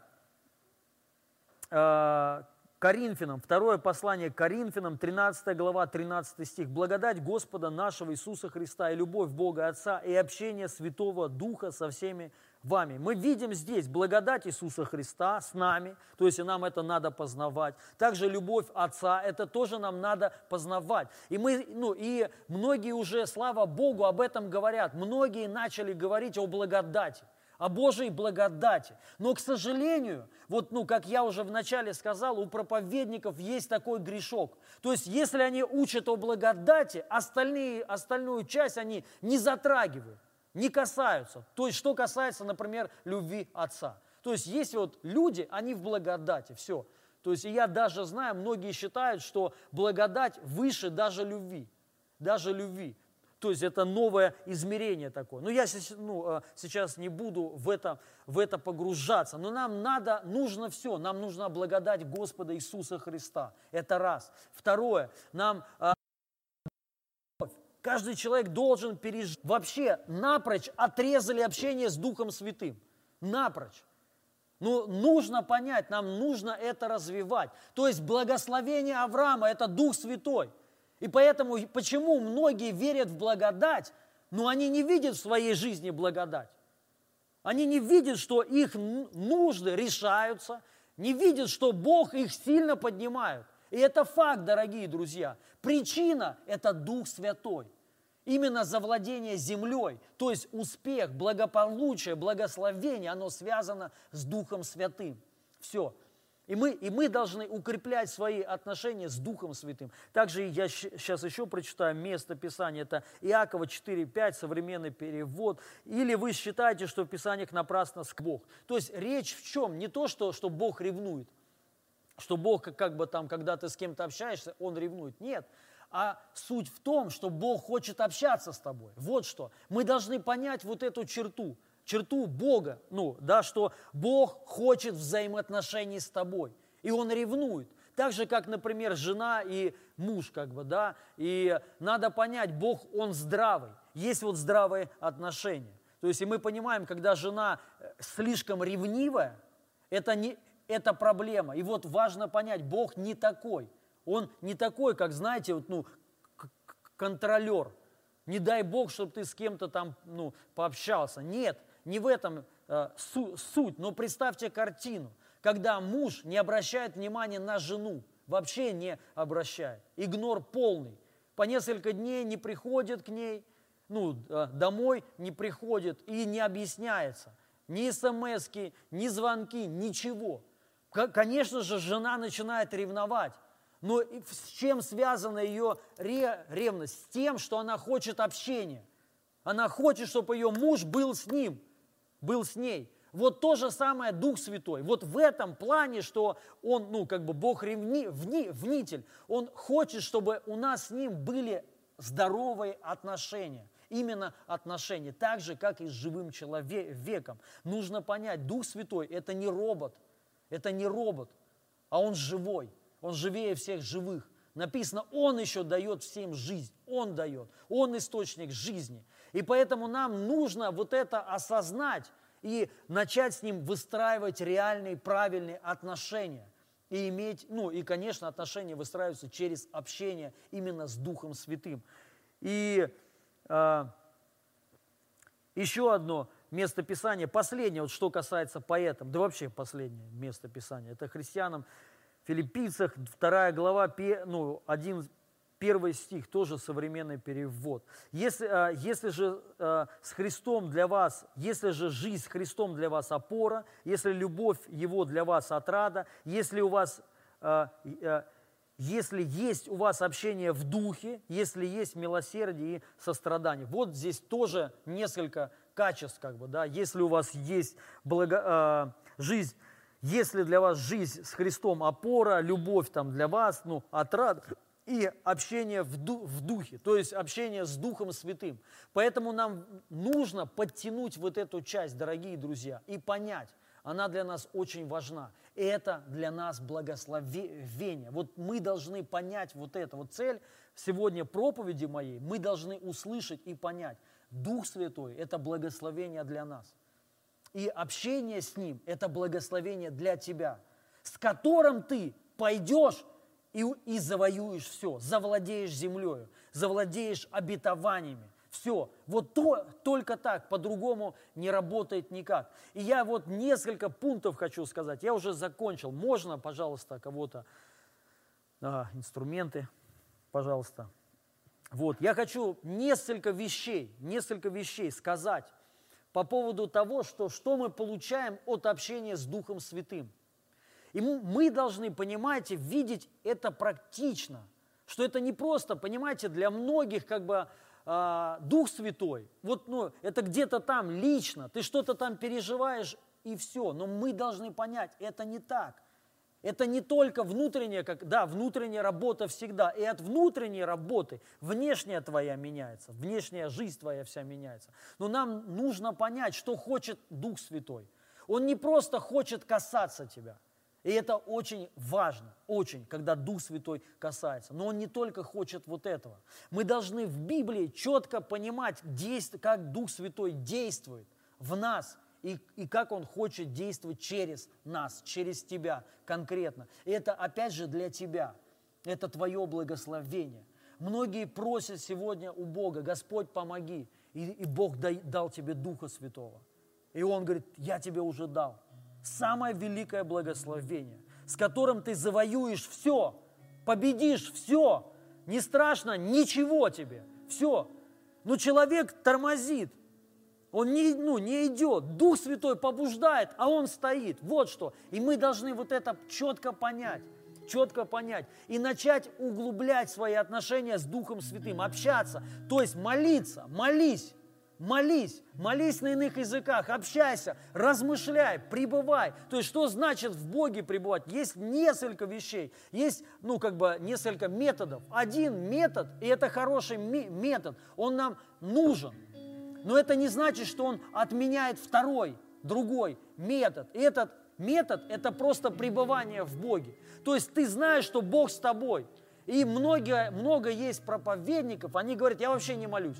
э, Коринфянам, второе послание к Коринфянам, тринадцатая глава, тринадцатый стих. «Благодать Господа нашего Иисуса Христа и любовь Бога Отца и общение Святого Духа со всеми вами». Мы видим здесь благодать Иисуса Христа с нами, то есть и нам это надо познавать. Также любовь Отца, это тоже нам надо познавать. И, мы, ну, и многие уже, слава Богу, об этом говорят. Многие начали говорить о благодати, о Божьей благодати. Но, к сожалению, вот, ну, как я уже вначале сказал, у проповедников есть такой грешок. То есть, если они учат о благодати, остальные, остальную часть они не затрагивают, не касаются. То есть, что касается, например, любви Отца. То есть, есть вот люди, они в благодати, все. То есть, и я даже знаю, многие считают, что благодать выше даже любви. Даже любви. То есть это новое измерение такое. Но я ну, сейчас не буду в это, в это погружаться. Но нам надо, нужно все. Нам нужна благодать Господа Иисуса Христа. Это раз. Второе. Нам каждый человек должен пережить. Вообще напрочь отрезали общение с Духом Святым. Напрочь. Но нужно понять, нам нужно это развивать. То есть благословение Авраама – это Дух Святой. И поэтому, почему многие верят в благодать, но они не видят в своей жизни благодать. Они не видят, что их нужды решаются, не видят, что Бог их сильно поднимает. И это факт, дорогие друзья. Причина – это Дух Святой. Именно завладение землей, то есть успех, благополучие, благословение, оно связано с Духом Святым. Все. И мы, и мы должны укреплять свои отношения с Духом Святым. Также я сейчас еще прочитаю место Писания. Это Иакова четыре пять, современный перевод. Или вы считаете, что в Писаниях напрасно Бог. То есть речь в чем? Не то, что, что Бог ревнует. Что Бог, как бы там, когда ты с кем-то общаешься, Он ревнует. Нет. А суть в том, что Бог хочет общаться с тобой. Вот что. Мы должны понять вот эту черту. Черту Бога, ну, да, что Бог хочет взаимоотношений с тобой, и Он ревнует. Так же, как, например, жена и муж, как бы, да, и надо понять, Бог, Он здравый, есть вот здравые отношения. То есть, и мы понимаем, когда жена слишком ревнивая, это, не, это проблема. И вот важно понять, Бог не такой, Он не такой, как, знаете, вот, ну, контролер. Не дай Бог, чтобы ты с кем-то там ну, пообщался. Нет, не в этом э, су- суть. Но представьте картину, когда муж не обращает внимания на жену, вообще не обращает. Игнор полный. По несколько дней не приходит к ней, ну, э, домой не приходит и не объясняется. Ни смски, ни звонки, ничего. К- конечно же, жена начинает ревновать. Но с чем связана ее ревность? С тем, что она хочет общения. Она хочет, чтобы ее муж был с ним, был с ней. Вот то же самое Дух Святой. Вот в этом плане, что Он, ну, как бы Бог ревни, вни, внитель, Он хочет, чтобы у нас с Ним были здоровые отношения. Именно отношения. Так же, как и с живым человеком. Нужно понять, Дух Святой – это не робот. Это не робот, а Он живой. Он живее всех живых. Написано, Он еще дает всем жизнь. Он дает. Он источник жизни. И поэтому нам нужно вот это осознать и начать с Ним выстраивать реальные, правильные отношения. И иметь, ну и, конечно, отношения выстраиваются через общение именно с Духом Святым. И э, еще одно место Писания, последнее, вот что касается поэтам, да вообще последнее место Писания, это христианам, Филиппийцах, вторая глава, ну, один, первый стих, тоже современный перевод. Если, если же с Христом для вас, если же жизнь с Христом для вас опора, если любовь Его для вас отрада, если у вас, если есть у вас общение в духе, если есть милосердие и сострадание. Вот здесь тоже несколько качеств, как бы, да, если у вас есть благо, жизнь. Если для вас жизнь с Христом опора, любовь там для вас, ну, отрада и общение в, ду- в духе, то есть общение с Духом Святым. Поэтому нам нужно подтянуть вот эту часть, дорогие друзья, и понять, она для нас очень важна. И это для нас благословение. Вот мы должны понять вот это. Вот цель сегодня проповеди моей, мы должны услышать и понять. Дух Святой – это благословение для нас. И общение с Ним – это благословение для тебя, с которым ты пойдешь и, и завоюешь все, завладеешь землей, завладеешь обетованиями. Все. Вот то, только так, по-другому не работает никак. И я вот несколько пунктов хочу сказать. Я уже закончил. Можно, пожалуйста, кого-то, а, инструменты, пожалуйста. Вот. Я хочу несколько вещей, несколько вещей сказать по поводу того, что, что мы получаем от общения с Духом Святым. И мы должны, понимаете, видеть это практично, что это не просто, понимаете, для многих как бы э, Дух Святой, вот ну, это где-то там лично, ты что-то там переживаешь и все, но мы должны понять, это не так. Это не только внутренняя, как, да, внутренняя работа всегда. И от внутренней работы внешняя твоя меняется, внешняя жизнь твоя вся меняется. Но нам нужно понять, что хочет Дух Святой. Он не просто хочет касаться тебя. И это очень важно, очень, когда Дух Святой касается. Но Он не только хочет вот этого. Мы должны в Библии четко понимать, как Дух Святой действует в нас. И, и как Он хочет действовать через нас, через тебя конкретно. И это опять же для тебя. Это твое благословение. Многие просят сегодня у Бога: Господь, помоги. И, и Бог дай, дал тебе Духа Святого. И Он говорит: я тебе уже дал. Самое великое благословение, с которым ты завоюешь все, победишь все. Не страшно ничего тебе. Все. Но человек тормозит. Он не, ну, не идет, Дух Святой побуждает, а он стоит. Вот что. И мы должны вот это четко понять, четко понять. И начать углублять свои отношения с Духом Святым, общаться. То есть молиться, молись, молись, молись на иных языках, общайся, размышляй, пребывай. То есть что значит в Боге пребывать? Есть несколько вещей, есть, ну, как бы несколько методов. Один метод, и это хороший метод, он нам нужен. Но это не значит, что он отменяет второй, другой метод. И этот метод – это просто пребывание в Боге. То есть ты знаешь, что Бог с тобой. И многие, много есть проповедников, они говорят: я вообще не молюсь.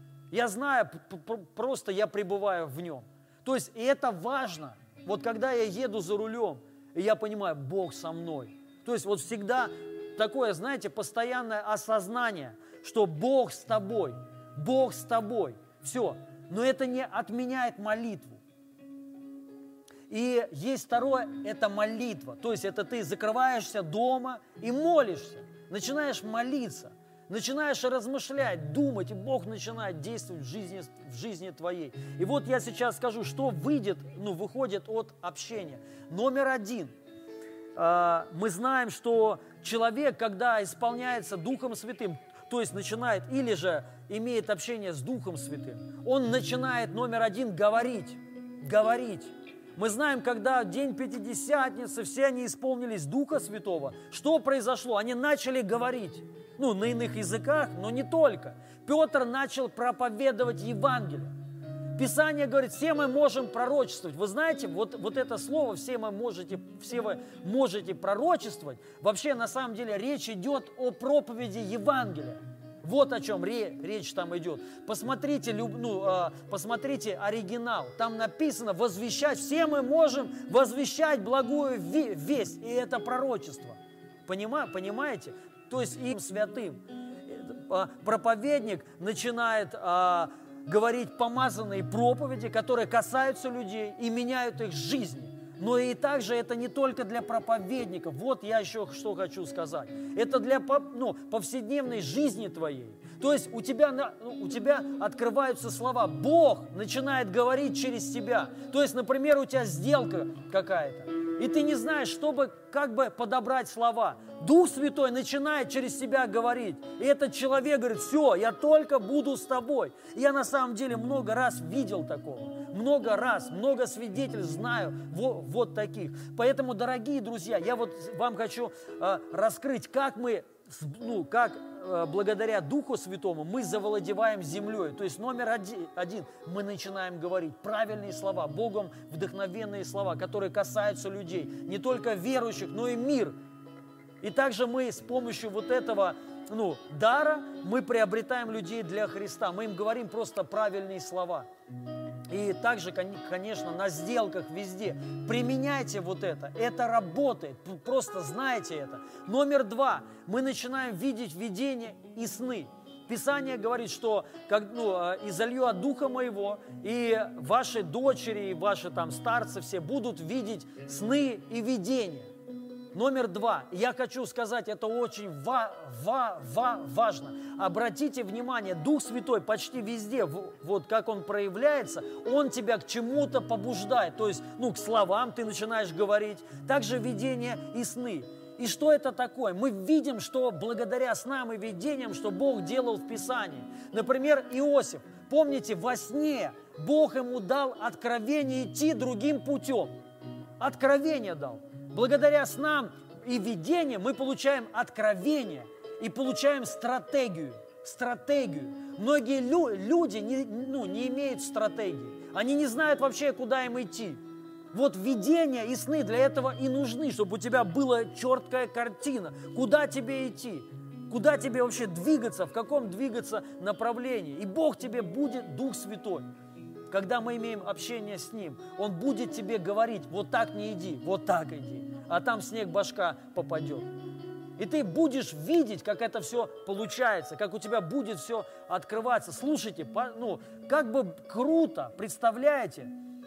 Я знаю, просто я пребываю в Нем. То есть и это важно. Вот когда я еду за рулем, и я понимаю, Бог со мной. То есть вот всегда такое, знаете, постоянное осознание что Бог с тобой, Бог с тобой. Все. Но это не отменяет молитву. И есть второе, это молитва. То есть это ты закрываешься дома и молишься, начинаешь молиться, начинаешь размышлять, думать, и Бог начинает действовать в жизни, в жизни твоей. И вот я сейчас скажу, что выйдет, ну, выходит от общения. Номер один. Мы знаем, что человек, когда исполняется Духом Святым, то есть начинает или же имеет общение с Духом Святым, он начинает, номер один, говорить, говорить. Мы знаем, когда день Пятидесятницы, все они исполнились Духа Святого, что произошло? Они начали говорить, ну, на иных языках, но не только. Петр начал проповедовать Евангелие. Писание говорит, все мы можем пророчествовать. Вы знаете, вот, вот это слово «все мы можете, все вы можете пророчествовать», вообще на самом деле речь идет о проповеди Евангелия. Вот о чем речь там идет. Посмотрите, ну, посмотрите оригинал. Там написано возвещать. Все мы можем возвещать благую весть. И это пророчество. Понимаете? То есть им святым. Проповедник начинает говорить помазанные проповеди, которые касаются людей и меняют их жизни. Но и также это не только для проповедников. Вот я еще что хочу сказать. Это для, ну, повседневной жизни твоей. То есть у тебя, у тебя открываются слова. Бог начинает говорить через тебя. То есть, например, у тебя сделка какая-то. И ты не знаешь, чтобы как бы подобрать слова. Дух Святой начинает через тебя говорить. И этот человек говорит, все, я только буду с тобой. И я на самом деле много раз видел такого. Много раз, много свидетелей знаю вот, вот таких. Поэтому, дорогие друзья, я вот вам хочу э, раскрыть, как мы, ну, как э, благодаря Духу Святому мы завладеваем землей. То есть номер один, один, мы начинаем говорить правильные слова, Богом вдохновенные слова, которые касаются людей, не только верующих, но и мир. И также мы с помощью вот этого, ну, дара мы приобретаем людей для Христа. Мы им говорим просто правильные слова. И также, конечно, на сделках везде. Применяйте вот это. Это работает. Просто знайте это. Номер два. Мы начинаем видеть видения и сны. Писание говорит, что как, ну, «изолью от Духа Моего, и ваши дочери, и ваши там старцы все будут видеть сны и видения». Номер два. Я хочу сказать, это очень ва- ва- ва- важно. Обратите внимание, Дух Святой почти везде, вот как Он проявляется, Он тебя к чему-то побуждает. То есть, ну, к словам ты начинаешь говорить. Также видения и сны. И что это такое? Мы видим, что благодаря снам и видениям, что Бог делал в Писании. Например, Иосиф. Помните, во сне Бог ему дал откровение идти другим путем. Откровение дал. Благодаря снам и видениям мы получаем откровение и получаем стратегию. Стратегию. Многие лю- люди не, ну, не имеют стратегии. Они не знают вообще, куда им идти. Вот видения и сны для этого и нужны, чтобы у тебя была четкая картина, куда тебе идти, куда тебе вообще двигаться, в каком двигаться направлении. И Бог тебе будет, Дух Святой. Когда мы имеем общение с Ним, Он будет тебе говорить, вот так не иди, вот так иди, а там снег башка попадет. И ты будешь видеть, как это все получается, как у тебя будет все открываться. Слушайте, ну, как бы круто, представляете?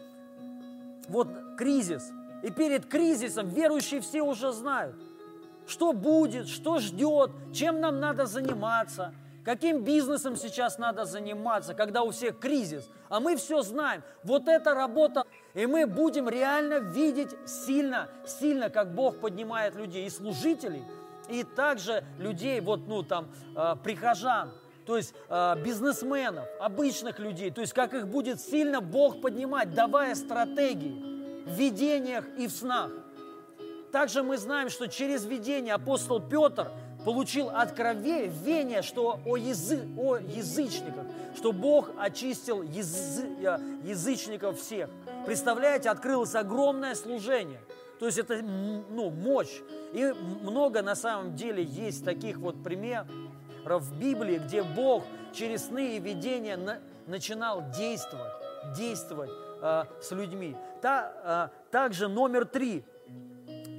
Вот кризис. И перед кризисом верующие все уже знают, что будет, что ждет, чем нам надо заниматься. Каким бизнесом сейчас надо заниматься, когда у всех кризис? А мы все знаем. Вот эта работа. И мы будем реально видеть сильно, сильно, как Бог поднимает людей. И служителей, и также людей, вот, ну, там, э, прихожан, то есть э, бизнесменов, обычных людей. То есть как их будет сильно Бог поднимать, давая стратегии в видениях и в снах. Также мы знаем, что через видение апостол Петр получил откровение, что о, язы, о язычниках, что Бог очистил язы, язычников всех. Представляете, открылось огромное служение. То есть это, ну, мощь. И много на самом деле есть таких вот примеров в Библии, где Бог через сны и видения на, начинал действовать, действовать э, с людьми. Та, э, также номер три.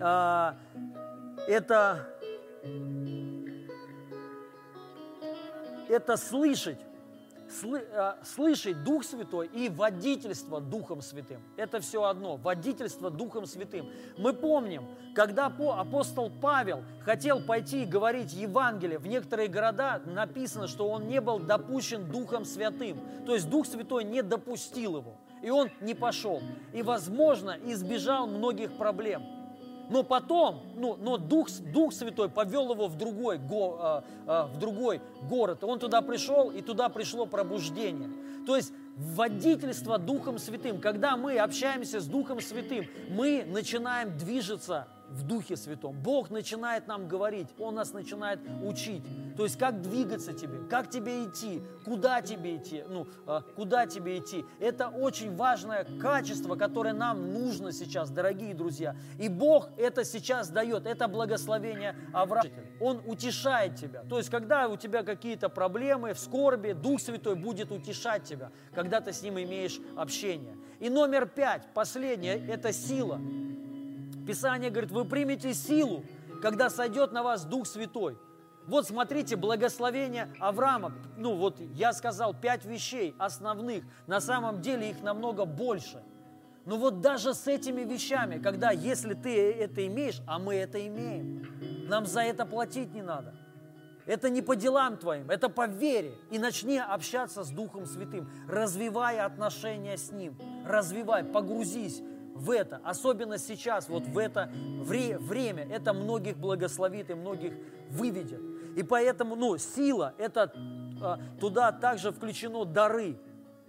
Э, это... это слышать, Сл, э, слышать Дух Святой и водительство Духом Святым. Это все одно, водительство Духом Святым. Мы помним, когда апостол Павел хотел пойти и говорить Евангелие в некоторые города, написано, что он не был допущен Духом Святым. То есть Дух Святой не допустил его, и он не пошел. И, возможно, избежал многих проблем. Но потом, ну, но Дух, Дух Святой повел его в другой, го, э, э, в другой город. Он туда пришел, и туда пришло пробуждение. То есть водительство Духом Святым. Когда мы общаемся с Духом Святым, мы начинаем движется в Духе Святом. Бог начинает нам говорить, Он нас начинает учить. То есть как двигаться тебе, как тебе идти, куда тебе идти, ну, э, куда тебе идти. Это очень важное качество, которое нам нужно сейчас, дорогие друзья. И Бог это сейчас дает, это благословение Авраама. Он утешает тебя. То есть когда у тебя какие-то проблемы в скорби, Дух Святой будет утешать тебя, когда ты с Ним имеешь общение. И номер пять, последнее, это сила. Писание говорит, вы примете силу, когда сойдет на вас Дух Святой. Вот смотрите, благословение Авраама. Ну вот я сказал пять вещей основных. На самом деле их намного больше. Но вот даже с этими вещами, когда если ты это имеешь, а мы это имеем, нам за это платить не надо. Это не по делам твоим, это по вере. И начни общаться с Духом Святым, развивая отношения с Ним. Развивай, погрузись в это, особенно сейчас, вот в это вре- время, это многих благословит и многих выведет. И поэтому, ну, сила, это а, туда также включено дары,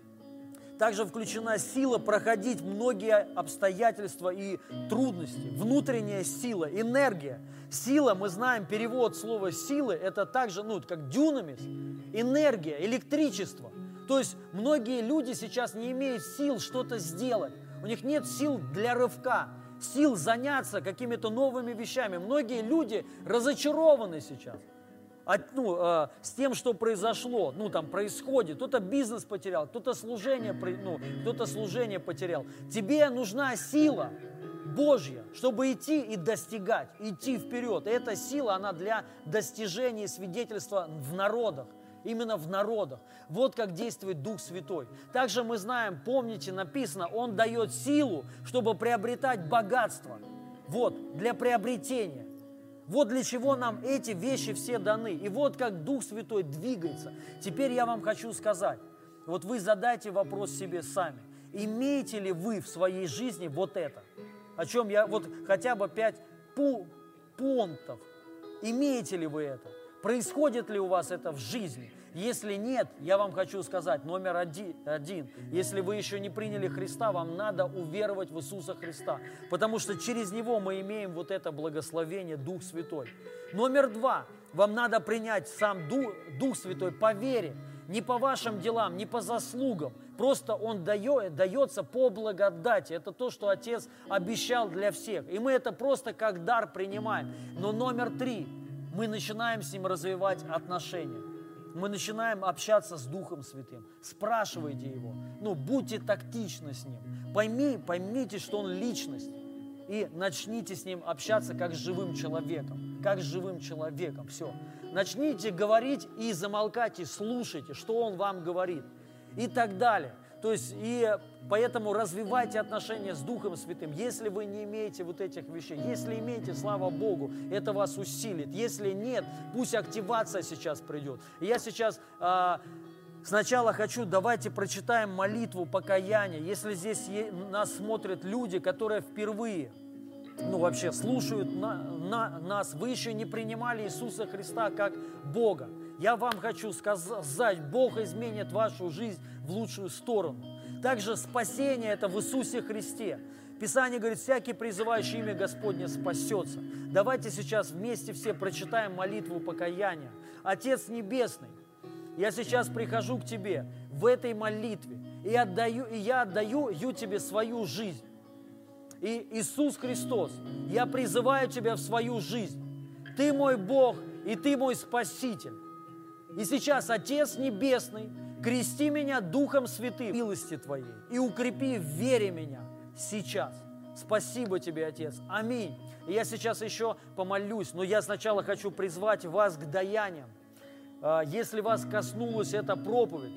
также включена сила проходить многие обстоятельства и трудности, внутренняя сила, энергия. Сила, мы знаем, перевод слова силы, это также, ну, как дюнамис, энергия, электричество. То есть многие люди сейчас не имеют сил что-то сделать. У них нет сил для рывка, сил заняться какими-то новыми вещами. Многие люди разочарованы сейчас от, ну, э, с тем, что произошло, ну, там, происходит. Кто-то бизнес потерял, кто-то служение, ну, кто-то служение потерял. Тебе нужна сила Божья, чтобы идти и достигать, идти вперед. И эта сила, она для достижения и свидетельства в народах. Именно в народах. Вот как действует Дух Святой. Также мы знаем, помните, написано, Он дает силу, чтобы приобретать богатство. Вот, для приобретения. Вот для чего нам эти вещи все даны. И вот как Дух Святой двигается. Теперь я вам хочу сказать, вот вы задайте вопрос себе сами. Имеете ли вы в своей жизни вот это? О чем я, вот хотя бы пять пу- пунктов. Имеете ли вы это? Происходит ли у вас это в жизни? Если нет, я вам хочу сказать, номер один, один, если вы еще не приняли Христа, вам надо уверовать в Иисуса Христа, потому что через Него мы имеем вот это благословение, Дух Святой. Номер два, вам надо принять сам Дух, Дух Святой по вере, не по вашим делам, не по заслугам, просто Он дает, дается по благодати. Это то, что Отец обещал для всех, и мы это просто как дар принимаем. Но номер три, мы начинаем с Ним развивать отношения. Мы начинаем общаться с Духом Святым. Спрашивайте Его. Ну, будьте тактичны с Ним. Пойми, поймите, что Он личность. И начните с Ним общаться как с живым человеком. Как с живым человеком. Все. Начните говорить и замолкать, и слушайте, что Он вам говорит. И так далее. То есть, и поэтому развивайте отношения с Духом Святым. Если вы не имеете вот этих вещей, если имеете, слава Богу, это вас усилит. Если нет, пусть активация сейчас придет. И я сейчас а, сначала хочу, давайте прочитаем молитву покаяния. Если здесь нас смотрят люди, которые впервые, ну вообще слушают на, на, нас, вы еще не принимали Иисуса Христа как Бога. Я вам хочу сказать, Бог изменит вашу жизнь в лучшую сторону. Также спасение – это в Иисусе Христе. Писание говорит, всякий, призывающий имя Господне, спасется. Давайте сейчас вместе все прочитаем молитву покаяния. Отец Небесный, я сейчас прихожу к Тебе в этой молитве, и, отдаю, и я отдаю Тебе свою жизнь. И Иисус Христос, я призываю Тебя в свою жизнь. Ты мой Бог, и Ты мой Спаситель. И сейчас, Отец Небесный, крести меня Духом Святым, милости Твоей, и укрепи в вере меня сейчас. Спасибо Тебе, Отец. Аминь. И я сейчас еще помолюсь, но я сначала хочу призвать вас к даяниям. если вас коснулась эта проповедь,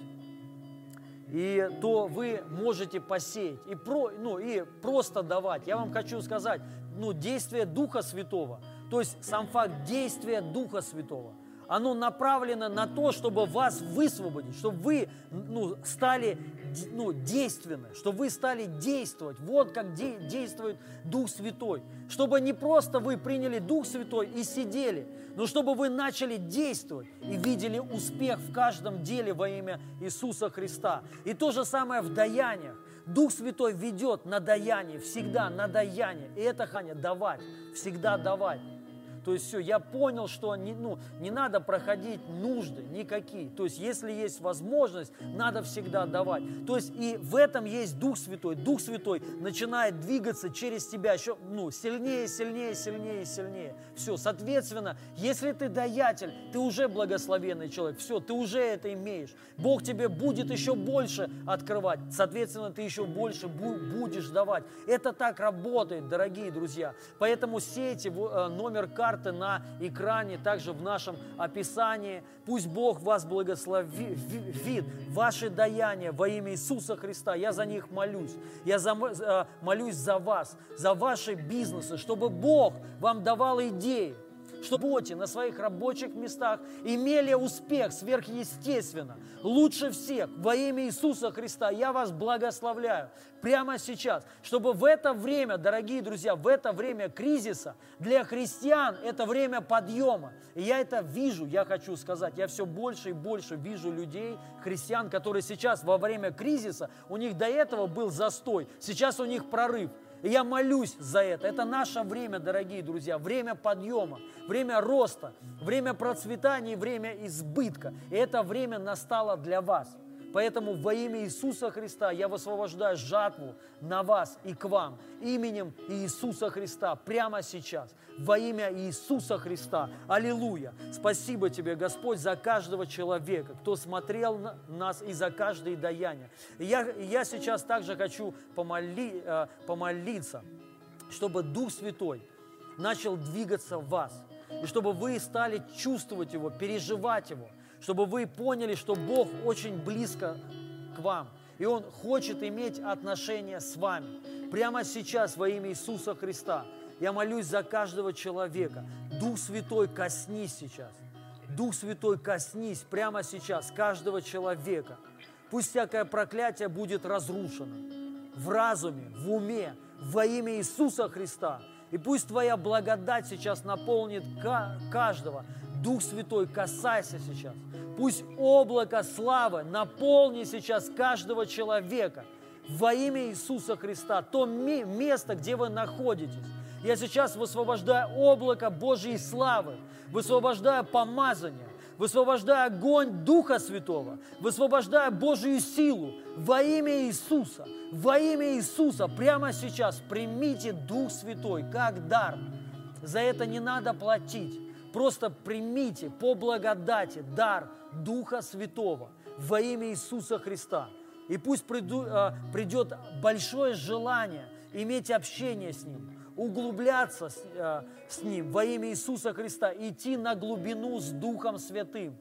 и то вы можете посеять и, про, ну, и просто давать. Я вам хочу сказать, ну, действие Духа Святого, то есть сам факт действия Духа Святого, оно направлено на то, чтобы вас высвободить, чтобы вы ну, стали ну, действенны, чтобы вы стали действовать. Вот как де- действует Дух Святой. Чтобы не просто вы приняли Дух Святой и сидели, но чтобы вы начали действовать и видели успех в каждом деле во имя Иисуса Христа. И то же самое в даяниях. Дух Святой ведет на даяние, всегда на даяние. И это, Ханя, давать, всегда давать. То есть все, я понял, что не, ну, не надо проходить нужды никакие. То есть если есть возможность, надо всегда давать. То есть и в этом есть Дух Святой. Дух Святой начинает двигаться через тебя еще ну, сильнее, сильнее, сильнее, сильнее. Все, соответственно, если ты даятель, ты уже благословенный человек. Все, ты уже это имеешь. Бог тебе будет еще больше открывать. Соответственно, ты еще больше будешь давать. Это так работает, дорогие друзья. Поэтому сейте номер карты на экране, также в нашем описании. Пусть Бог вас благословит, ваши даяния во имя Иисуса Христа. Я за них молюсь. Я за, молюсь за вас, за ваши бизнесы, чтобы Бог вам давал идеи, чтобы вы на своих рабочих местах имели успех сверхъестественно, лучше всех. Во имя Иисуса Христа я вас благословляю прямо сейчас, чтобы в это время, дорогие друзья, в это время кризиса для христиан это время подъема. И я это вижу, я хочу сказать, я все больше и больше вижу людей, христиан, которые сейчас во время кризиса, у них до этого был застой, сейчас у них прорыв. И я молюсь за это. Это наше время, дорогие друзья, время подъема, время роста, время процветания, время избытка. И это время настало для вас. Поэтому во имя Иисуса Христа я высвобождаю жатву на вас и к вам именем Иисуса Христа прямо сейчас. Во имя Иисуса Христа. Аллилуйя. Спасибо тебе, Господь, за каждого человека, кто смотрел на нас и за каждое даяние. И я, я сейчас также хочу помоли, помолиться, чтобы Дух Святой начал двигаться в вас. И чтобы вы стали чувствовать Его, переживать Его. Чтобы вы поняли, что Бог очень близко к вам, и Он хочет иметь отношения с вами. Прямо сейчас во имя Иисуса Христа я молюсь за каждого человека. Дух Святой, коснись сейчас. Дух Святой, коснись прямо сейчас каждого человека. Пусть всякое проклятие будет разрушено в разуме, в уме, во имя Иисуса Христа. И пусть Твоя благодать сейчас наполнит каждого. Дух Святой, касайся сейчас. Пусть облако славы наполнит сейчас каждого человека во имя Иисуса Христа. То место, где вы находитесь. Я сейчас высвобождаю облако Божьей славы, высвобождаю помазание, высвобождаю огонь Духа Святого, высвобождаю Божью силу во имя Иисуса. Во имя Иисуса прямо сейчас примите Дух Святой как дар. За это не надо платить. Просто примите по благодати дар Духа Святого во имя Иисуса Христа. И пусть приду, э, придет большое желание иметь общение с Ним, углубляться с, э, с Ним во имя Иисуса Христа, идти на глубину с Духом Святым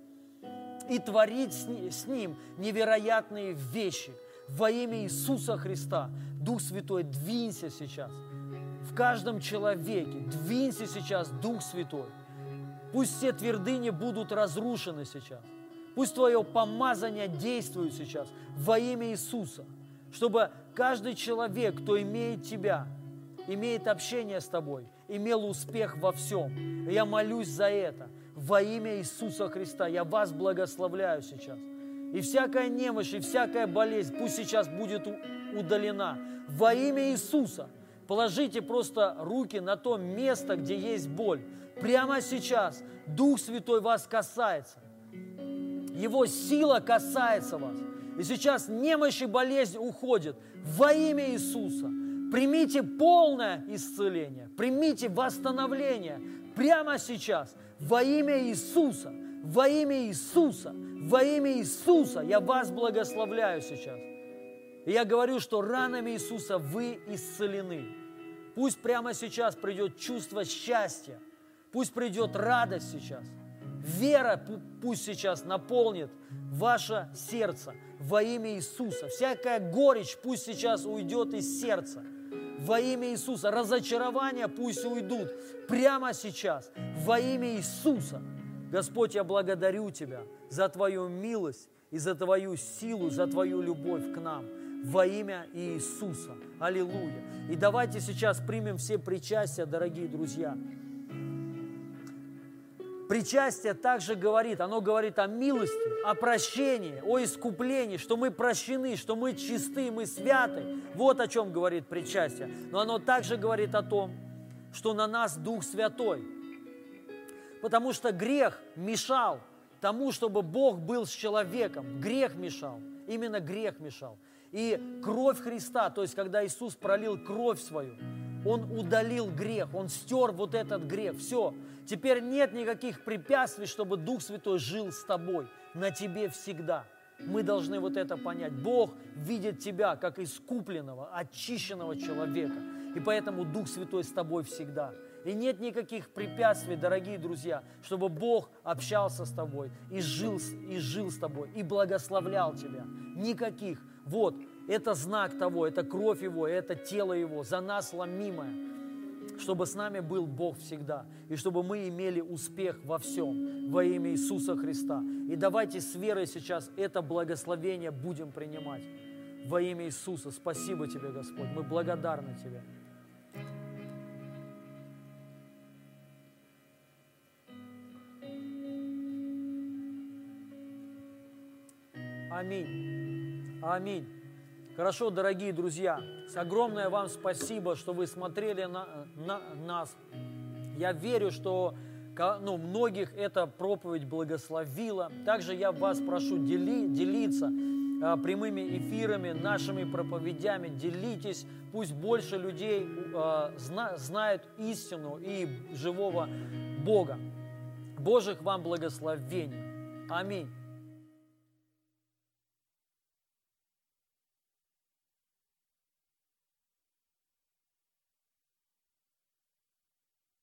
и творить с, с Ним невероятные вещи во имя Иисуса Христа. Дух Святой, двинься сейчас в каждом человеке, двинься сейчас, Дух Святой. Пусть все твердыни будут разрушены сейчас. Пусть Твое помазание действует сейчас во имя Иисуса, чтобы каждый человек, кто имеет Тебя, имеет общение с Тобой, имел успех во всем. И я молюсь за это во имя Иисуса Христа. Я вас благословляю сейчас. И всякая немощь, и всякая болезнь пусть сейчас будет удалена во имя Иисуса. Положите просто руки на то место, где есть боль. Прямо сейчас Дух Святой вас касается. Его сила касается вас. И сейчас немощь и болезнь уходят во имя Иисуса. Примите полное исцеление, примите восстановление прямо сейчас во имя Иисуса. Во имя Иисуса, во имя Иисуса я вас благословляю сейчас. И я говорю, что ранами Иисуса вы исцелены. Пусть прямо сейчас придет чувство счастья. Пусть придет радость сейчас. Вера пусть сейчас наполнит ваше сердце во имя Иисуса. Всякая горечь пусть сейчас уйдет из сердца во имя Иисуса. Разочарования пусть уйдут прямо сейчас во имя Иисуса. Господь, я благодарю Тебя за Твою милость и за Твою силу, за Твою любовь к нам во имя Иисуса. Аллилуйя. И давайте сейчас примем все причастия, дорогие друзья. Причастие также говорит, оно говорит о милости, о прощении, о искуплении, что мы прощены, что мы чисты, мы святы. Вот о чем говорит причастие. Но оно также говорит о том, что на нас Дух Святой. Потому что грех мешал тому, чтобы Бог был с человеком. Грех мешал, именно грех мешал. И кровь Христа, то есть когда Иисус пролил кровь свою, Он удалил грех, Он стер вот этот грех. Все, теперь нет никаких препятствий, чтобы Дух Святой жил с тобой, на тебе всегда. Мы должны вот это понять. Бог видит тебя как искупленного, очищенного человека. И поэтому Дух Святой с тобой всегда. И нет никаких препятствий, дорогие друзья, чтобы Бог общался с тобой и жил, и жил с тобой, и благословлял тебя. Никаких. Вот, это знак того, это кровь Его, это тело Его, за нас ломимое, чтобы с нами был Бог всегда, и чтобы мы имели успех во всем во имя Иисуса Христа. И давайте с верой сейчас это благословение будем принимать во имя Иисуса. Спасибо Тебе, Господь, мы благодарны Тебе. Аминь. Аминь. Хорошо, дорогие друзья, огромное вам спасибо, что вы смотрели на, на нас. Я верю, что ну, многих эта проповедь благословила. Также я вас прошу дели, делиться а, прямыми эфирами, нашими проповедями. Делитесь, пусть больше людей а, зна, знают истину и живого Бога. Божьих вам благословений. Аминь.